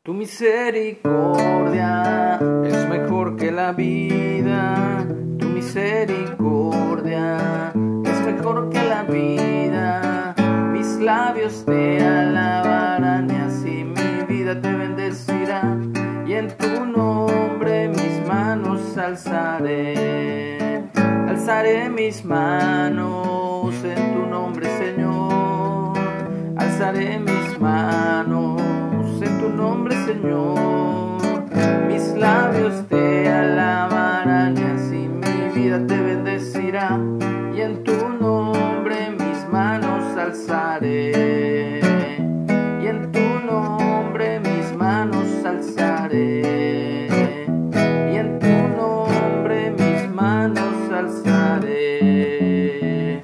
Tu misericordia es mejor que la vida. Tu misericordia es mejor que la vida. Mis labios te alabarán y así mi vida te bendecirá. Y en tu nombre mis manos alzaré. Alzaré mis manos en tu nombre, Señor. Alzaré mis manos en tu nombre, Señor. Mis labios te alabarán y así mi vida te bendecirá. Y en tu nombre mis manos alzaré. Y en tu nombre mis manos alzaré. Y en tu nombre mis manos alzaré.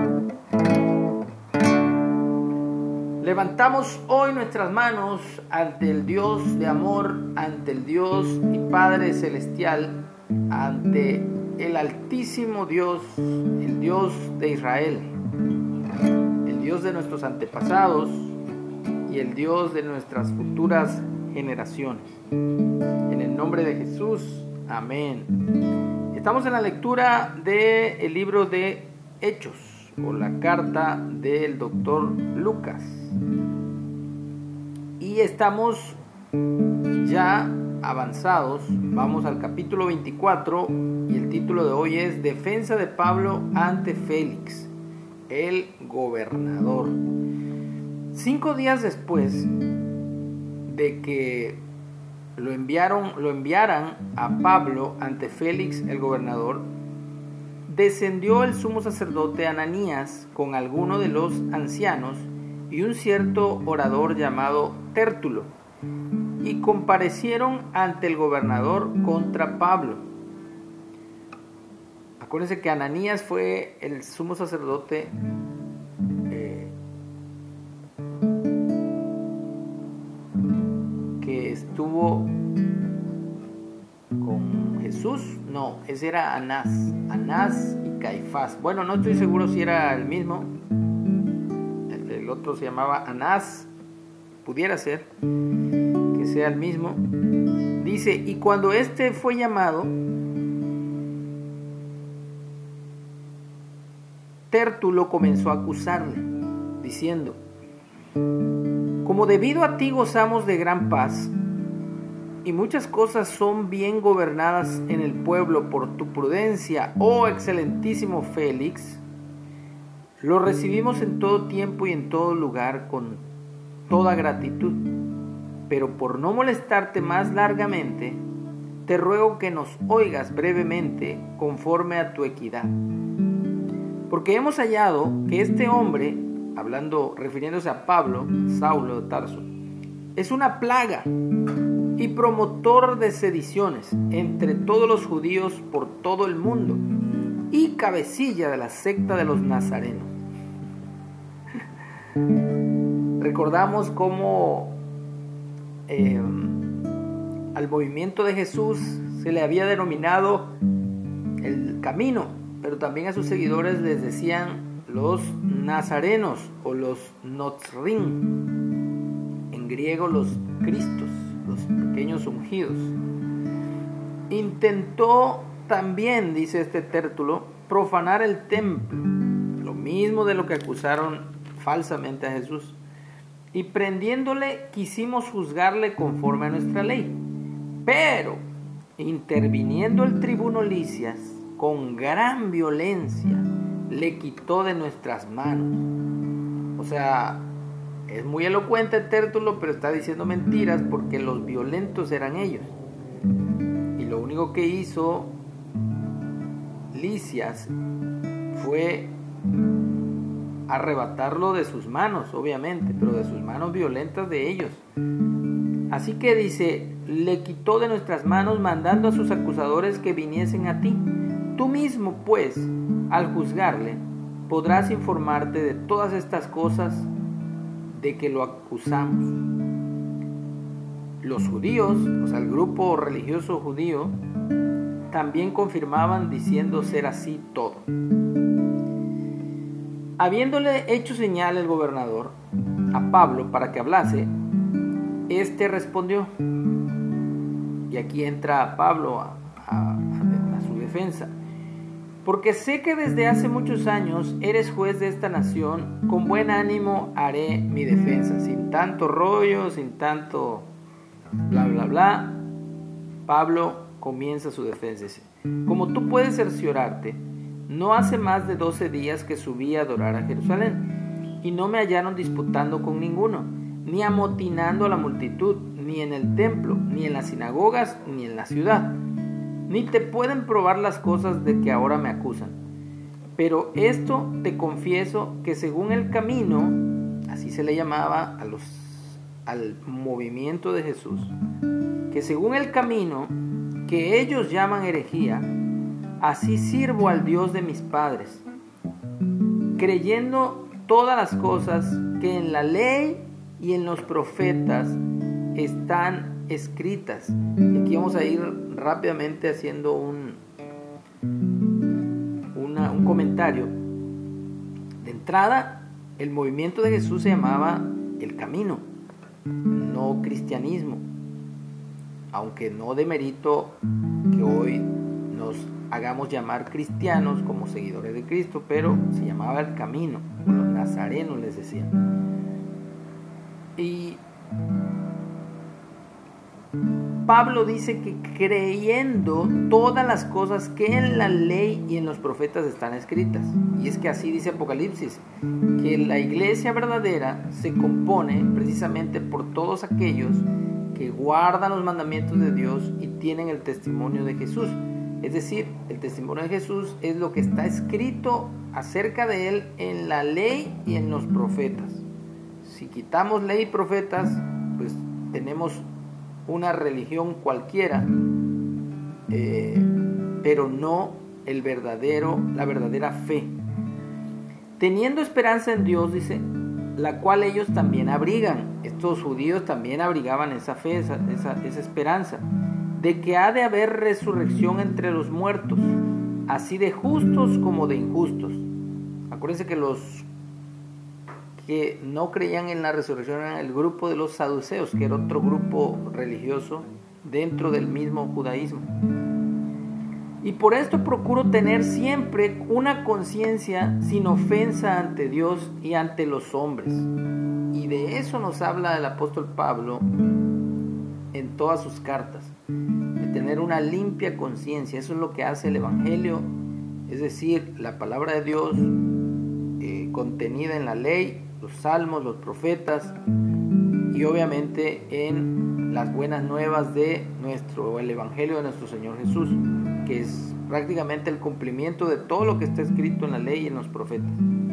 Levantamos hoy nuestras manos ante el Dios de amor, ante el Dios y Padre Celestial, ante el Altísimo Dios, el Dios de Israel, el Dios de nuestros antepasados y el Dios de nuestras futuras generaciones. En el nombre de Jesús, amén. Estamos en la lectura del libro de Hechos, o la carta del doctor Lucas. Y estamos ya avanzados, vamos al capítulo 24 y el título de hoy es Defensa de Pablo ante Félix, el gobernador. 5 días después de que lo enviaran a Pablo ante Félix, el gobernador, descendió el sumo sacerdote Ananías con alguno de los ancianos y un cierto orador llamado Tértulo, y comparecieron ante el gobernador contra Pablo. Acuérdense que Ananías fue el sumo sacerdote que estuvo con Jesús. No, ese era Anás y Caifás. Bueno, no estoy seguro si era el mismo. El otro se llamaba Anás. Pudiera ser que sea el mismo. Dice, y cuando este fue llamado, Tértulo comenzó a acusarle, diciendo, como debido a ti gozamos de gran paz, y muchas cosas son bien gobernadas en el pueblo por tu prudencia, oh excelentísimo Félix, lo recibimos en todo tiempo y en todo lugar con toda gratitud. Pero por no molestarte más largamente, te ruego que nos oigas brevemente conforme a tu equidad. Porque hemos hallado que este hombre, refiriéndose a Pablo, Saulo de Tarso, es una plaga y promotor de sediciones entre todos los judíos por todo el mundo y cabecilla de la secta de los nazarenos. Recordamos cómo al movimiento de Jesús se le había denominado el camino, pero también a sus seguidores les decían los nazarenos o los notzrim, en griego los cristos, los pequeños ungidos. Intentó también, dice este Tértulo, profanar el templo, lo mismo de lo que acusaron falsamente a Jesús, y prendiéndole quisimos juzgarle conforme a nuestra ley, pero interviniendo el tribuno Licias con gran violencia le quitó de nuestras manos. O sea, es muy elocuente Tértulo, pero está diciendo mentiras porque los violentos eran ellos. Y lo único que hizo Licias fue arrebatarlo de sus manos, obviamente, pero de sus manos violentas de ellos. Así que dice, le quitó de nuestras manos mandando a sus acusadores que viniesen a ti. Tú mismo, pues, al juzgarle, podrás informarte de todas estas cosas de que lo acusamos. Los judíos, o sea, el grupo religioso judío, también confirmaban diciendo ser así todo. Habiéndole hecho señal el gobernador a Pablo para que hablase, Este respondió, y aquí entra Pablo a su defensa: porque sé que desde hace muchos años eres juez de esta nación, con buen ánimo haré mi defensa. Sin tanto rollo, sin tanto bla bla bla, Pablo comienza su defensa. Dice: como tú puedes cerciorarte, no hace más de 12 días que subí a adorar a Jerusalén, y no me hallaron disputando con ninguno, ni amotinando a la multitud, ni en el templo, ni en las sinagogas, ni en la ciudad. Ni te pueden probar las cosas de que ahora me acusan. Pero esto te confieso, que según el camino, así se le llamaba al movimiento de Jesús, que según el camino que ellos llaman herejía, así sirvo al Dios de mis padres, creyendo todas las cosas que en la ley y en los profetas están escritas. Y aquí vamos a ir rápidamente haciendo un comentario. De entrada, el movimiento de Jesús se llamaba el camino, no cristianismo, aunque no demerito que hoy nos hagamos llamar cristianos como seguidores de Cristo, pero se llamaba el camino, los nazarenos les decían. Y Pablo dice que creyendo todas las cosas que en la ley y en los profetas están escritas. Y es que así dice Apocalipsis, que la iglesia verdadera se compone precisamente por todos aquellos que guardan los mandamientos de Dios y tienen el testimonio de Jesús. Es decir, el testimonio de Jesús es lo que está escrito acerca de él en la ley y en los profetas. Si quitamos ley y profetas, pues tenemos una religión cualquiera, pero no la verdadera fe. Teniendo esperanza en Dios, dice, la cual ellos también abrigan. Estos judíos también abrigaban esa fe, esa esperanza, de que ha de haber resurrección entre los muertos, así de justos como de injustos. Acuérdense que los que no creían en la resurrección eran el grupo de los saduceos, que era otro grupo religioso dentro del mismo judaísmo. Y por esto procuro tener siempre una conciencia sin ofensa ante Dios y ante los hombres. Y de eso nos habla el apóstol Pablo en todas sus cartas, de tener una limpia conciencia. Eso es lo que hace el Evangelio, es decir, la palabra de Dios contenida en la ley, los salmos, los profetas y obviamente en las buenas nuevas de el Evangelio de nuestro Señor Jesús, que es prácticamente el cumplimiento de todo lo que está escrito en la ley y en los profetas.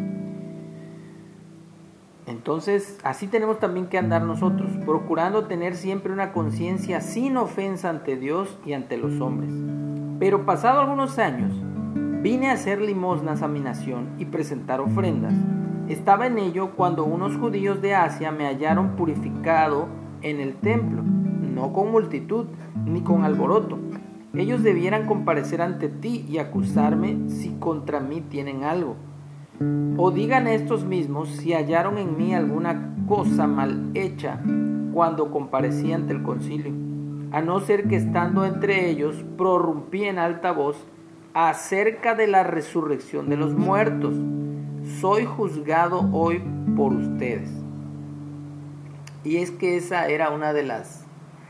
Entonces, así tenemos también que andar nosotros, procurando tener siempre una conciencia sin ofensa ante Dios y ante los hombres. Pero pasado algunos años, vine a hacer limosnas a mi nación y presentar ofrendas. Estaba en ello cuando unos judíos de Asia me hallaron purificado en el templo, no con multitud ni con alboroto. Ellos debieran comparecer ante ti y acusarme si contra mí tienen algo. O digan estos mismos si hallaron en mí alguna cosa mal hecha cuando comparecí ante el concilio, a no ser que estando entre ellos prorrumpí en alta voz acerca de la resurrección de los muertos. Soy juzgado hoy por ustedes. Y es que esa era una de las,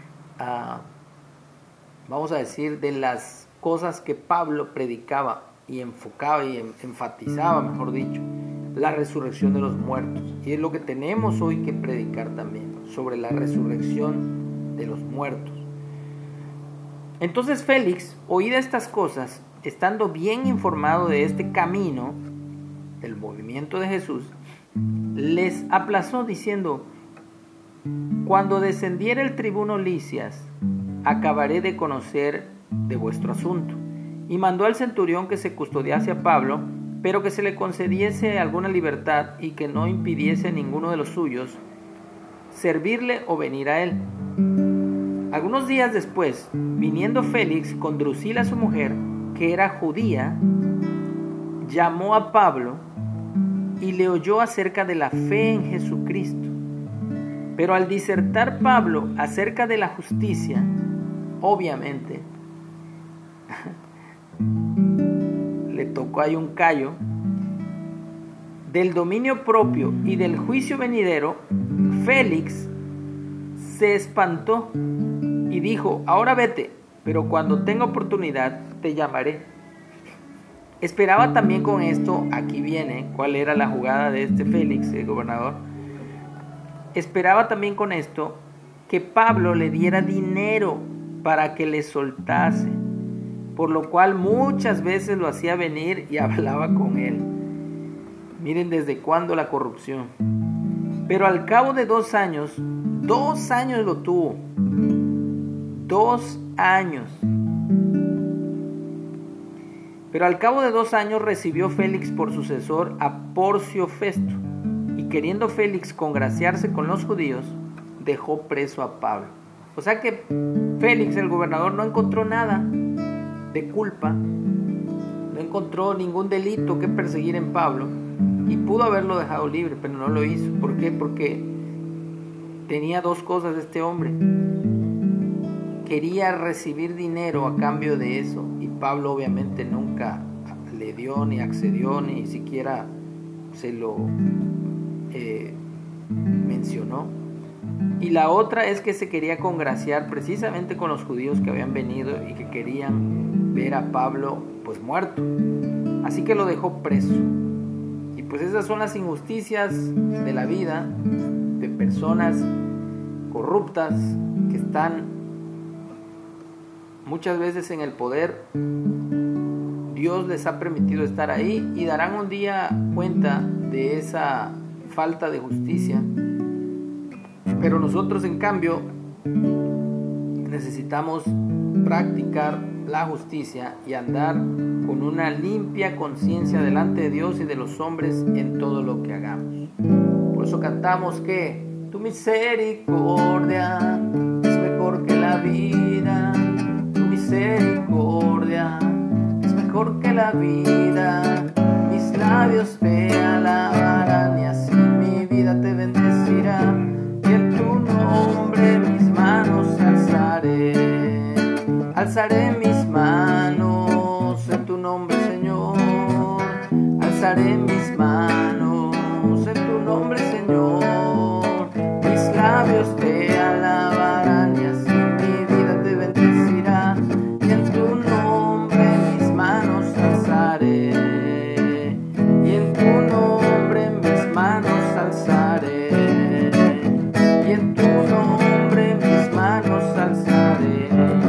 vamos a decir, de las cosas que Pablo predicaba y enfocaba y enfatizaba, mejor dicho, la resurrección de los muertos. Y es lo que tenemos hoy que predicar también, sobre la resurrección de los muertos. Entonces Félix, oída estas cosas, estando bien informado de este camino, el movimiento de Jesús, les aplazó diciendo: cuando descendiera el tribuno Lisias, acabaré de conocer de vuestro asunto. Y mandó al centurión que se custodiase a Pablo, pero que se le concediese alguna libertad y que no impidiese a ninguno de los suyos servirle o venir a él. Algunos días después, viniendo Félix con Drusila su mujer, que era judía, llamó a Pablo y le oyó acerca de la fe en Jesucristo. Pero al disertar Pablo acerca de la justicia, obviamente, le tocó ahí un callo, del dominio propio y del juicio venidero, Félix se espantó y dijo: ahora vete, pero cuando tenga oportunidad te llamaré. Esperaba también con esto, aquí viene cuál era la jugada de este Félix, el gobernador. Esperaba también con esto que Pablo le diera dinero para que le soltase, por lo cual muchas veces lo hacía venir y hablaba con él. Miren desde cuándo la corrupción. Pero al cabo de 2 años, 2 años lo tuvo. 2 años. Pero al cabo de 2 años recibió Félix por sucesor a Porcio Festo, y queriendo Félix congraciarse con los judíos, dejó preso a Pablo. O sea que Félix, el gobernador, no encontró nada de culpa, no encontró ningún delito que perseguir en Pablo, y pudo haberlo dejado libre, pero no lo hizo. ¿Por qué? Porque tenía 2 cosas este hombre. Quería recibir dinero a cambio de eso, y Pablo obviamente nunca le dio ni accedió, ni siquiera se lo mencionó. Y la otra es que se quería congraciar precisamente con los judíos que habían venido y que querían ver a Pablo pues muerto. Así que lo dejó preso. Y pues esas son las injusticias de la vida, de personas corruptas que están muchas veces en el poder. Dios les ha permitido estar ahí y darán un día cuenta de esa falta de justicia. Pero nosotros, en cambio, necesitamos practicar la justicia y andar con una limpia conciencia delante de Dios y de los hombres en todo lo que hagamos. Por eso cantamos que tu misericordia es mejor que la vida. Tu misericordia es mejor que la vida. Mis labios te alabarán y así mi vida te bendecirá. Y en tu nombre mis manos alzaré. Alzaré mis manos en tu nombre, Señor. Alzaré mis manos en tu nombre, Señor. Mis labios te alabarán y así mi vida te bendecirá. Y en tu nombre mis manos alzaré. Y en tu nombre mis manos alzaré. Y en tu nombre mis manos alzaré.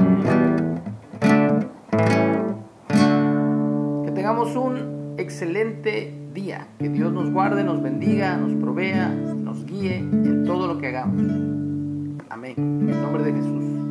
Que tengamos un excelente día. Que Dios nos guarde, nos bendiga, nos provea, nos guíe en todo lo que hagamos. Amén. En el nombre de Jesús.